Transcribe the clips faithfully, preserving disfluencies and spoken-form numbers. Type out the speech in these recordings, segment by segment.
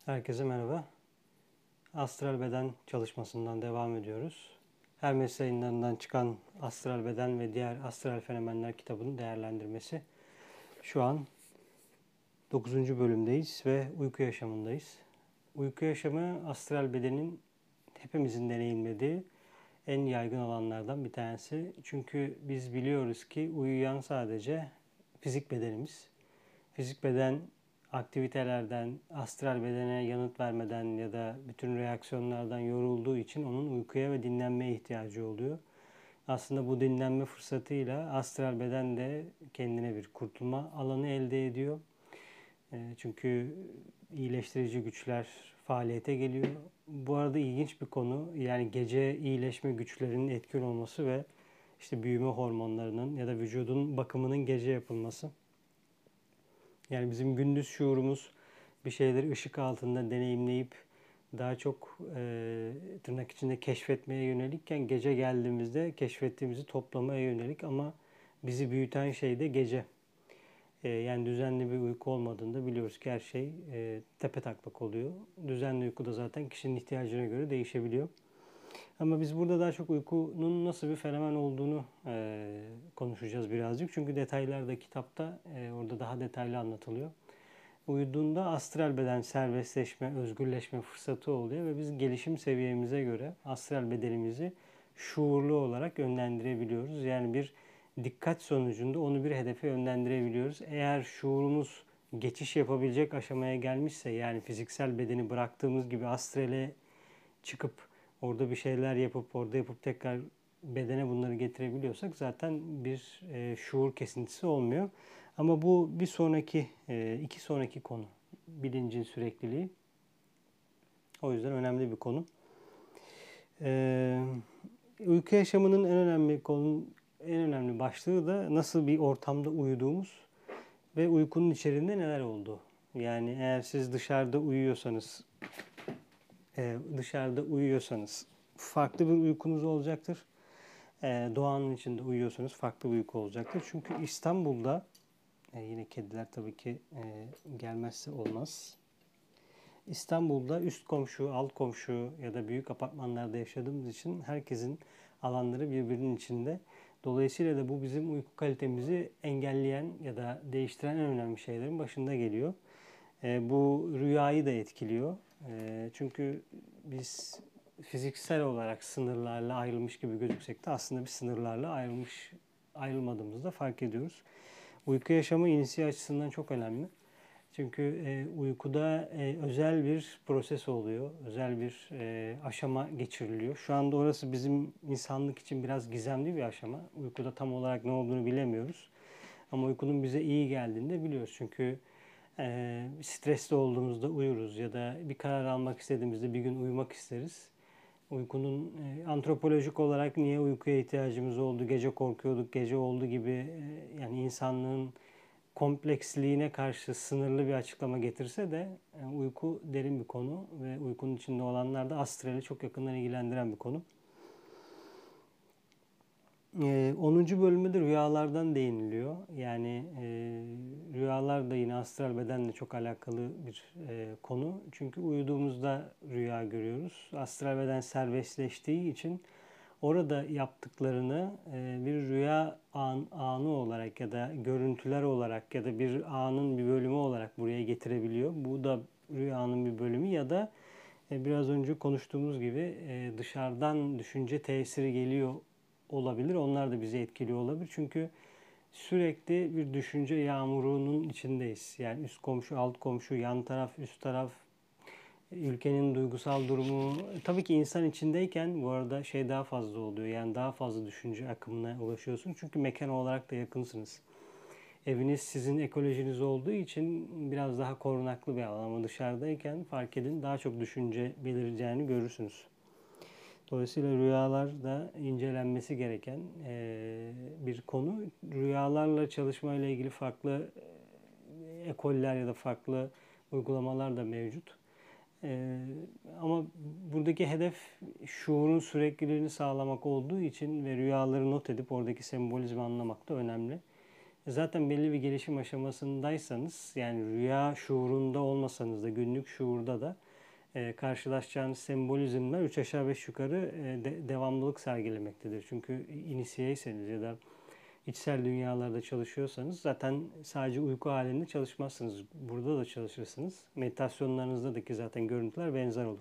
Herkese merhaba. Astral Beden çalışmasından devam ediyoruz. Hermes yayınlarından çıkan Astral Beden ve Diğer Astral Fenomenler kitabının değerlendirmesi. Şu an dokuzuncu bölümdeyiz ve uyku yaşamındayız. Uyku yaşamı astral bedenin hepimizin deneyimlediği en yaygın alanlardan bir tanesi. Çünkü biz biliyoruz ki uyuyan sadece fizik bedenimiz. Fizik beden aktivitelerden, astral bedene yanıt vermeden ya da bütün reaksiyonlardan yorulduğu için onun uykuya ve dinlenmeye ihtiyacı oluyor. Aslında bu dinlenme fırsatıyla astral beden de kendine bir kurtulma alanı elde ediyor. Çünkü iyileştirici güçler faaliyete geliyor. Bu arada ilginç bir konu. Yani gece iyileşme güçlerinin etkin olması ve işte büyüme hormonlarının ya da vücudun bakımının gece yapılması. Yani bizim gündüz şuurumuz bir şeyleri ışık altında deneyimleyip daha çok e, tırnak içinde keşfetmeye yönelikken gece geldiğimizde keşfettiğimizi toplamaya yönelik ama bizi büyüten şey de gece. E, yani düzenli bir uyku olmadığında biliyoruz ki her şey e, tepetaklak oluyor. Düzenli uyku da zaten kişinin ihtiyacına göre değişebiliyor. Ama biz burada daha çok uykunun nasıl bir fenomen olduğunu e, konuşacağız birazcık. Çünkü detaylar da kitapta e, orada daha detaylı anlatılıyor. Uyuduğunda astral beden serbestleşme, özgürleşme fırsatı oluyor ve biz gelişim seviyemize göre astral bedenimizi şuurlu olarak yönlendirebiliyoruz. Yani bir dikkat sonucunda onu bir hedefe yönlendirebiliyoruz. Eğer şuurumuz geçiş yapabilecek aşamaya gelmişse, yani fiziksel bedeni bıraktığımız gibi astrale çıkıp orada bir şeyler yapıp orada yapıp tekrar bedene bunları getirebiliyorsak zaten bir e, şuur kesintisi olmuyor. Ama bu bir sonraki, e, iki sonraki konu. Bilincin sürekliliği. O yüzden önemli bir konu. E, uyku yaşamının en önemli konu, en önemli başlığı da nasıl bir ortamda uyuduğumuz ve uykunun içerisinde neler olduğu. Yani eğer siz dışarıda uyuyorsanız, e, dışarıda uyuyorsanız farklı bir uykunuz olacaktır. E, doğanın içinde uyuyorsanız farklı bir uyku olacaktır. Çünkü İstanbul'da e, yine kediler tabii ki e, gelmezse olmaz. İstanbul'da üst komşu, alt komşu ya da büyük apartmanlarda yaşadığımız için herkesin alanları birbirinin içinde. Dolayısıyla da bu bizim uyku kalitemizi engelleyen ya da değiştiren en önemli şeylerin başında geliyor. E, bu rüyayı da etkiliyor. E, çünkü biz fiziksel olarak sınırlarla ayrılmış gibi gözüksek de aslında bir sınırlarla ayrılmış ayrılmadığımızı da fark ediyoruz. Uyku yaşamı inisiye açısından çok önemli. Çünkü e, uykuda e, özel bir proses oluyor, özel bir e, aşama geçiriliyor. Şu anda orası bizim insanlık için biraz gizemli bir aşama. Uykuda tam olarak ne olduğunu bilemiyoruz. Ama uykunun bize iyi geldiğini de biliyoruz. Çünkü e, stresli olduğumuzda uyuruz ya da bir karar almak istediğimizde bir gün uyumak isteriz. Uykunun e, antropolojik olarak niye uykuya ihtiyacımız oldu, gece korkuyorduk, gece oldu gibi e, yani insanlığın kompleksliğine karşı sınırlı bir açıklama getirse de e, uyku derin bir konu ve uykunun içinde olanlar da astrali çok yakından ilgilendiren bir konu. E, onuncu bölümde de rüyalardan değiniliyor. Yani e, rüyalar da yine astral bedenle çok alakalı bir e, konu. Çünkü uyuduğumuzda rüya görüyoruz. Astral beden serbestleştiği için orada yaptıklarını e, bir rüya an, anı olarak ya da görüntüler olarak ya da bir anın bir bölümü olarak buraya getirebiliyor. Bu da rüyanın bir bölümü ya da e, biraz önce konuştuğumuz gibi e, dışarıdan düşünce tesiri geliyor olabilir. Onlar da bizi etkiliyor olabilir. Çünkü sürekli bir düşünce yağmurunun içindeyiz. Yani üst komşu, alt komşu, yan taraf, üst taraf, ülkenin duygusal durumu. Tabii ki insan içindeyken bu arada şey daha fazla oluyor. Yani daha fazla düşünce akımına ulaşıyorsun. Çünkü mekan olarak da yakınsınız. Eviniz sizin ekolojiniz olduğu için biraz daha korunaklı bir alan ama dışarıdayken fark edin daha çok düşünce belireceğini görürsünüz. Dolayısıyla rüyalar da incelenmesi gereken bir konu. Rüyalarla çalışmayla ilgili farklı ekoller ya da farklı uygulamalar da mevcut. Ee, ama buradaki hedef şuurun sürekliliğini sağlamak olduğu için ve rüyaları not edip oradaki sembolizmi anlamak da önemli. Zaten belli bir gelişim aşamasındaysanız, yani rüya şuurunda olmasanız da günlük şuurda da e, karşılaşacağınız sembolizmler üç aşağı beş yukarı e, de, devamlılık sergilemektedir. Çünkü inisiyeyseniz ya da içsel dünyalarda çalışıyorsanız zaten sadece uyku halinde çalışmazsınız. Burada da çalışırsınız. Meditasyonlarınızdaki zaten görüntüler benzer olur.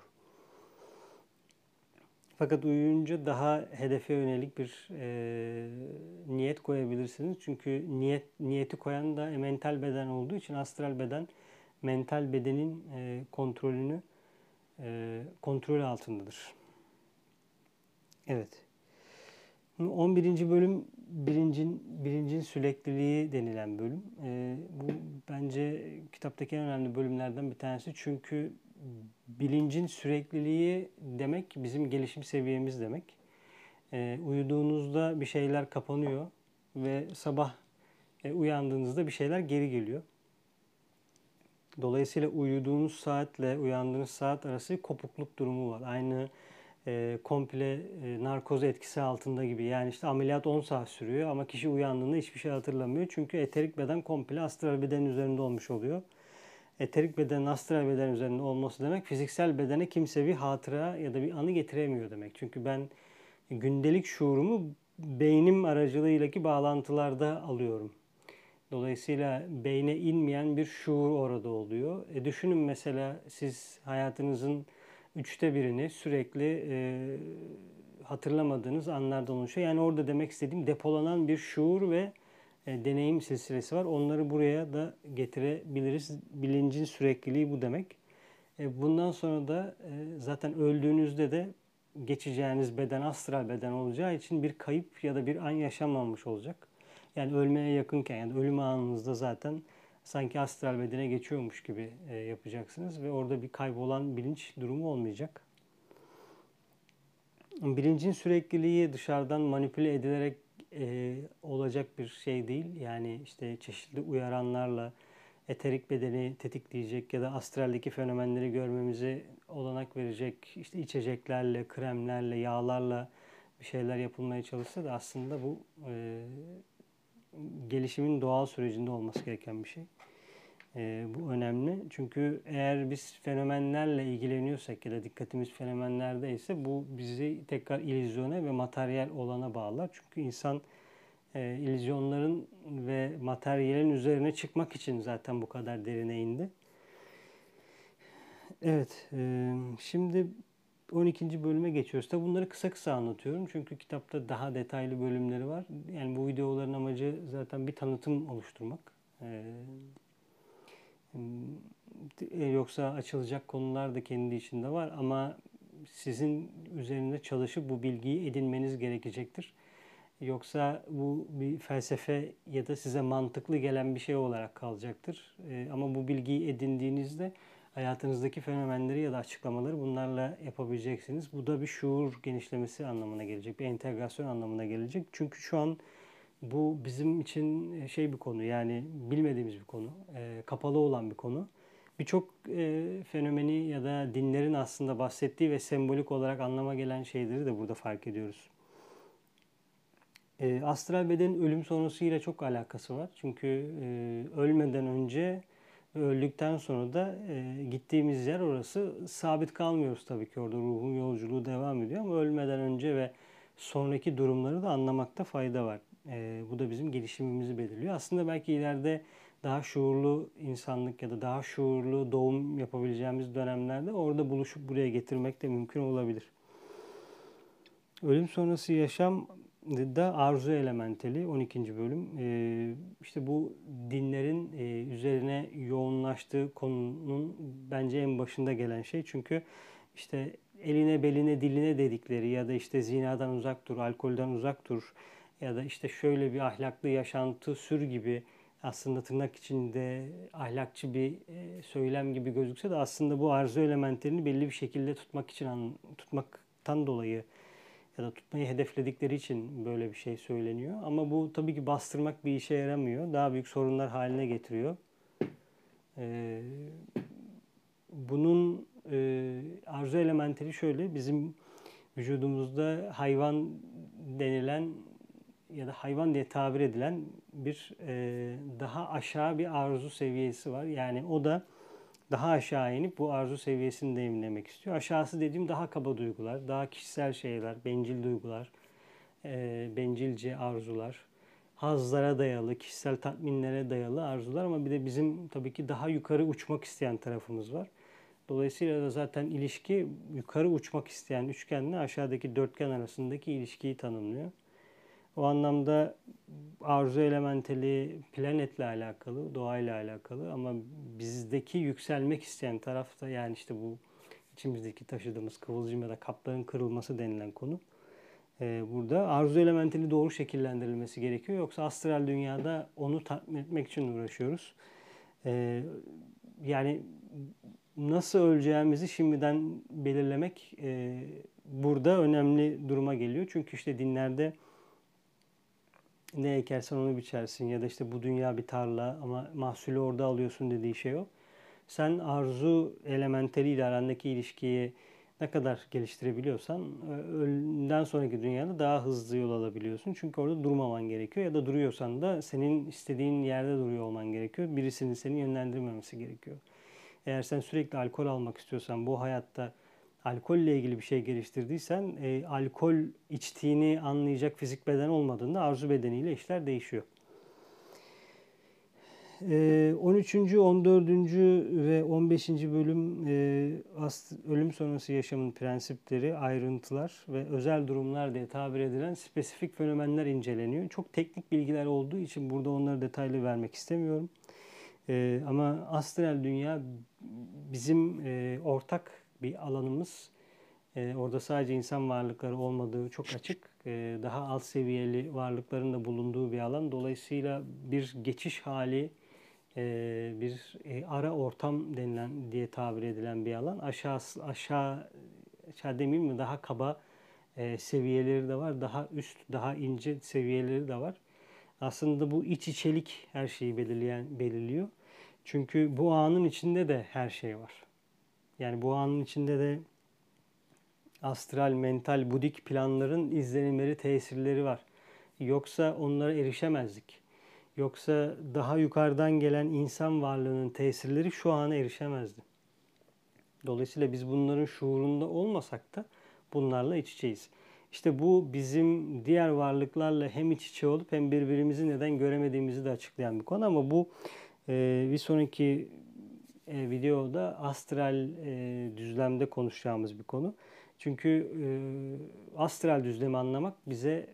Fakat uyuyunca daha hedefe yönelik bir e, niyet koyabilirsiniz. Çünkü niyet niyeti koyan da mental beden olduğu için astral beden mental bedenin e, kontrolünü e, kontrol altındadır. Evet. on birinci bölüm bilincin, bilincin sürekliliği denilen bölüm. E, bu bence kitaptaki en önemli bölümlerden bir tanesi. Çünkü bilincin sürekliliği demek bizim gelişim seviyemiz demek. E, uyuduğunuzda bir şeyler kapanıyor ve sabah e, uyandığınızda bir şeyler geri geliyor. Dolayısıyla uyuduğunuz saatle uyandığınız saat arası bir kopukluk durumu var. Aynı e, komple e, narkoz etkisi altında gibi. Yani işte ameliyat on saat sürüyor ama kişi uyandığında hiçbir şey hatırlamıyor. Çünkü eterik beden komple astral bedenin üzerinde olmuş oluyor. Eterik bedenin astral beden üzerinde olması demek fiziksel bedene kimse bir hatıra ya da bir anı getiremiyor demek. Çünkü ben gündelik şuurumu beynim aracılığıyla bağlantılarda alıyorum. Dolayısıyla beyne inmeyen bir şuur orada oluyor. E düşünün mesela siz hayatınızın üçte birini sürekli e, hatırlamadığınız anlardan oluşuyor. Yani orada demek istediğim depolanan bir şuur ve e, deneyim silsilesi var. Onları buraya da getirebiliriz. Bilincin sürekliliği bu demek. E, bundan sonra da e, zaten öldüğünüzde de geçeceğiniz beden astral beden olacağı için bir kayıp ya da bir an yaşanmamış olacak. Yani ölmeye yakınken, yani ölüm anınızda zaten sanki astral bedene geçiyormuş gibi e, yapacaksınız ve orada bir kaybolan bilinç durumu olmayacak. Bilincin sürekliliği dışarıdan manipüle edilerek e, olacak bir şey değil. Yani işte çeşitli uyaranlarla eterik bedeni tetikleyecek ya da astraldeki fenomenleri görmemize olanak verecek işte içeceklerle, kremlerle, yağlarla bir şeyler yapılmaya çalışsa da aslında bu e, gelişimin doğal sürecinde olması gereken bir şey. E, bu önemli. Çünkü eğer biz fenomenlerle ilgileniyorsak ya da dikkatimiz fenomenlerdeyse bu bizi tekrar illüzyona ve materyal olana bağlar. Çünkü insan e, illüzyonların ve materyalin üzerine çıkmak için zaten bu kadar derine indi. Evet, e, şimdi on ikinci bölüme geçiyoruz. Tabi bunları kısa kısa anlatıyorum çünkü kitapta daha detaylı bölümleri var. Yani bu videoların amacı zaten bir tanıtım oluşturmak. E, e, yoksa açılacak konular da kendi içinde var ama sizin üzerinde çalışıp bu bilgiyi edinmeniz gerekecektir. Yoksa bu bir felsefe ya da size mantıklı gelen bir şey olarak kalacaktır. E, ama bu bilgiyi edindiğinizde hayatınızdaki fenomenleri ya da açıklamaları bunlarla yapabileceksiniz. Bu da bir şuur genişlemesi anlamına gelecek, bir entegrasyon anlamına gelecek. Çünkü şu an bu bizim için şey bir konu, yani bilmediğimiz bir konu, e, kapalı olan bir konu. Birçok e, fenomeni ya da dinlerin aslında bahsettiği ve sembolik olarak anlama gelen şeyleri de burada fark ediyoruz. E, astral bedenin ölüm sonrasıyla çok alakası var. Çünkü e, ölmeden önce ve öldükten sonra da e, gittiğimiz yer orası. Sabit kalmıyoruz tabii ki, orada ruhun yolculuğu devam ediyor ama ölmeden önce ve sonraki durumları da anlamakta fayda var. E, bu da bizim gelişimimizi belirliyor. Aslında belki ileride daha şuurlu insanlık ya da daha şuurlu doğum yapabileceğimiz dönemlerde orada buluşup buraya getirmek de mümkün olabilir. Ölüm sonrası yaşam da arzu elementali on ikinci bölüm. Ee, işte bu dinlerin e, üzerine yoğunlaştığı konunun bence en başında gelen şey. Çünkü işte eline beline diline dedikleri ya da işte zinadan uzak dur, alkolden uzak dur ya da işte şöyle bir ahlaklı yaşantı sür gibi, aslında tırnak içinde ahlakçı bir e, söylem gibi gözükse de aslında bu arzu elementlerini belli bir şekilde tutmak için tutmaktan dolayı ya da tutmayı hedefledikleri için böyle bir şey söyleniyor. Ama bu tabii ki bastırmak bir işe yaramıyor. Daha büyük sorunlar haline getiriyor. Ee, bunun e, arzu elementleri şöyle: bizim vücudumuzda hayvan denilen ya da hayvan diye tabir edilen bir e, daha aşağı bir arzu seviyesi var. Yani o da daha aşağı inip bu arzu seviyesini deneyimlemek istiyor. Aşağısı dediğim daha kaba duygular, daha kişisel şeyler, bencil duygular, e, bencilce arzular, hazlara dayalı, kişisel tatminlere dayalı arzular, ama bir de bizim tabii ki daha yukarı uçmak isteyen tarafımız var. Dolayısıyla da zaten ilişki yukarı uçmak isteyen üçgenle aşağıdaki dörtgen arasındaki ilişkiyi tanımlıyor. O anlamda arzu elementali planetle alakalı, doğayla alakalı, ama bizdeki yükselmek isteyen taraf da, yani işte bu içimizdeki taşıdığımız kıvılcım ya da kapların kırılması denilen konu. Ee, burada arzu elementali doğru şekillendirilmesi gerekiyor. Yoksa astral dünyada onu tatmin etmek için uğraşıyoruz. Ee, yani nasıl öleceğimizi şimdiden belirlemek e, burada önemli duruma geliyor. Çünkü işte dinlerde ne ekersen onu biçersin, ya da işte bu dünya bir tarla ama mahsulü orada alıyorsun dediği şey o. Sen arzu elementaliyle arandaki ilişkiyi ne kadar geliştirebiliyorsan ölümden sonraki dünyada daha hızlı yol alabiliyorsun. Çünkü orada durmaman gerekiyor, ya da duruyorsan da senin istediğin yerde duruyor olman gerekiyor. Birisinin seni yönlendirmemesi gerekiyor. Eğer sen sürekli alkol almak istiyorsan, bu hayatta alkolle ilgili bir şey geliştirdiysen, e, alkol içtiğini anlayacak fizik beden olmadığında arzu bedeniyle işler değişiyor. on üçüncü, on dördüncü ve on beşinci bölüm ölüm sonrası yaşamın prensipleri, ayrıntılar ve özel durumlar diye tabir edilen spesifik fenomenler inceleniyor. Çok teknik bilgiler olduğu için burada onları detaylı vermek istemiyorum. Ama astral dünya bizim ortak bir alanımız. Orada sadece insan varlıkları olmadığı çok açık. Daha alt seviyeli varlıkların da bulunduğu bir alan. Dolayısıyla bir geçiş hali, bir ara ortam denilen diye tabir edilen bir alan. Aşağı aşağı aşağı demeyeyim mi, daha kaba seviyeleri de var. Daha üst, daha ince seviyeleri de var. Aslında bu iç içelik her şeyi belirleyen belirliyor. Çünkü bu anın içinde de her şey var. Yani bu anın içinde de astral, mental, budik planların izlenimleri, tesirleri var. Yoksa onlara erişemezdik. Yoksa daha yukarıdan gelen insan varlığının tesirleri şu ana erişemezdi. Dolayısıyla biz bunların şuurunda olmasak da bunlarla iç içeyiz. İşte bu bizim diğer varlıklarla hem iç içe olup hem birbirimizi neden göremediğimizi de açıklayan bir konu, ama bu e, bir sonraki e, videoda astral e, düzlemde konuşacağımız bir konu. Çünkü e, astral düzlemi anlamak bize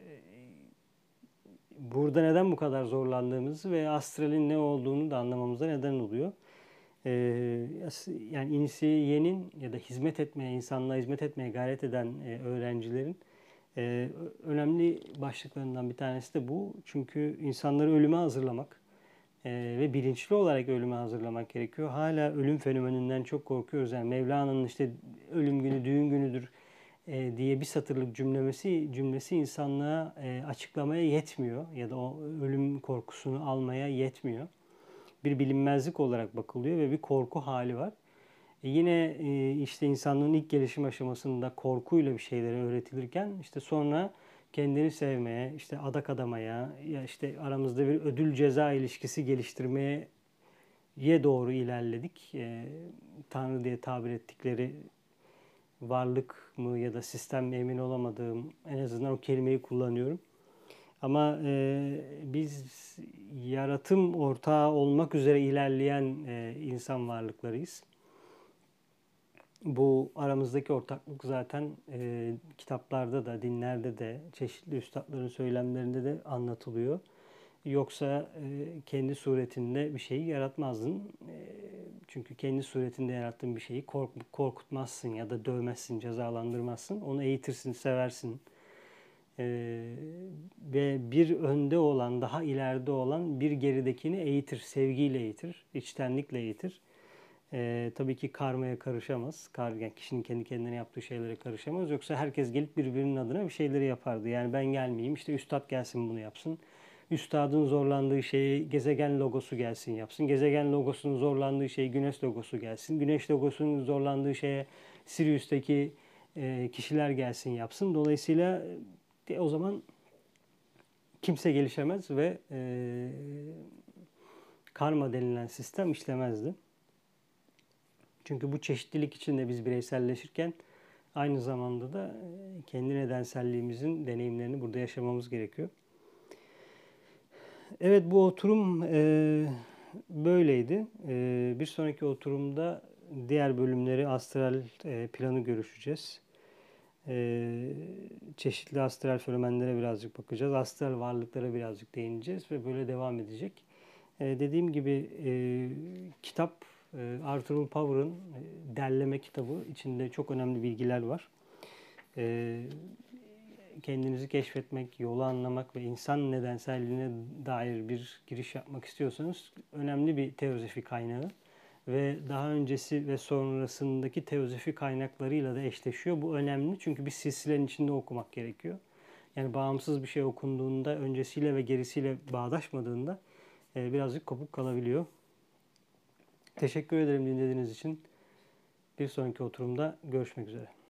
burada neden bu kadar zorlandığımızı ve astralin ne olduğunu da anlamamıza neden oluyor. Ee, yani inisiyenin ya da hizmet etmeye, insanlığa hizmet etmeye gayret eden e, öğrencilerin e, önemli başlıklarından bir tanesi de bu. Çünkü insanları ölüme hazırlamak e, ve bilinçli olarak ölüme hazırlamak gerekiyor. Hala ölüm fenomeninden çok korkuyoruz. Yani Mevlana'nın işte ölüm günü düğün günüdür e, diye bir satırlık cümlesi cümlesi insanlığa e, açıklamaya yetmiyor, ya da o ölüm korkusunu almaya yetmiyor. Bir bilinmezlik olarak bakılıyor ve bir korku hali var. E yine e, işte insanlığın ilk gelişim aşamasında korkuyla bir şeyleri öğretilirken, işte sonra kendini sevmeye, işte adak adamaya, ya işte aramızda bir ödül ceza ilişkisi geliştirmeye doğru ilerledik. E, Tanrı diye tabir ettikleri varlık mı ya da sistem mi emin olamadığım, en azından o kelimeyi kullanıyorum. Ama e, biz yaratım ortağı olmak üzere ilerleyen e, insan varlıklarıyız. Bu aramızdaki ortaklık zaten e, kitaplarda da, dinlerde de, çeşitli üstadların söylemlerinde de anlatılıyor. Yoksa e, kendi suretinde bir şeyi yaratmazdın. E, çünkü kendi suretinde yarattığın bir şeyi kork korkutmazsın ya da dövmezsin, cezalandırmazsın. Onu eğitirsin, seversin. E, ve bir önde olan, daha ileride olan bir geridekini eğitir, sevgiyle eğitir, içtenlikle eğitir. Ee, tabii ki karmaya karışamaz. Kar, yani kişinin kendi kendine yaptığı şeylere karışamaz. Yoksa herkes gelip birbirinin adına bir şeyleri yapardı. Yani ben gelmeyeyim, işte üstad gelsin bunu yapsın. Üstadın zorlandığı şeyi gezegen logosu gelsin yapsın. Gezegen logosunun zorlandığı şey güneş logosu gelsin. Güneş logosunun zorlandığı şeye Sirius'taki e, kişiler gelsin yapsın. Dolayısıyla de, o zaman kimse gelişemez ve e, karma denilen sistem işlemezdi. Çünkü bu çeşitlilik içinde biz bireyselleşirken aynı zamanda da kendi nedenselliğimizin deneyimlerini burada yaşamamız gerekiyor. Evet, bu oturum e, böyleydi. E, bir sonraki oturumda diğer bölümleri, astral e, planı görüşeceğiz. E, çeşitli astral fenomenlere birazcık bakacağız. Astral varlıklara birazcık değineceğiz ve böyle devam edecek. E, dediğim gibi e, kitap e, Arthur Power'ın e, derleme kitabı. İçinde çok önemli bilgiler var. E, kendinizi keşfetmek, yolu anlamak ve insan nedenselliğine dair bir giriş yapmak istiyorsanız önemli bir teozofi kaynağı ve daha öncesi ve sonrasındaki teozofi kaynaklarıyla da eşleşiyor. Bu önemli çünkü bir silsilenin içinde okumak gerekiyor. Yani bağımsız bir şey okunduğunda öncesiyle ve gerisiyle bağdaşmadığında e, birazcık kopuk kalabiliyor. Teşekkür ederim dinlediğiniz için. Bir sonraki oturumda görüşmek üzere.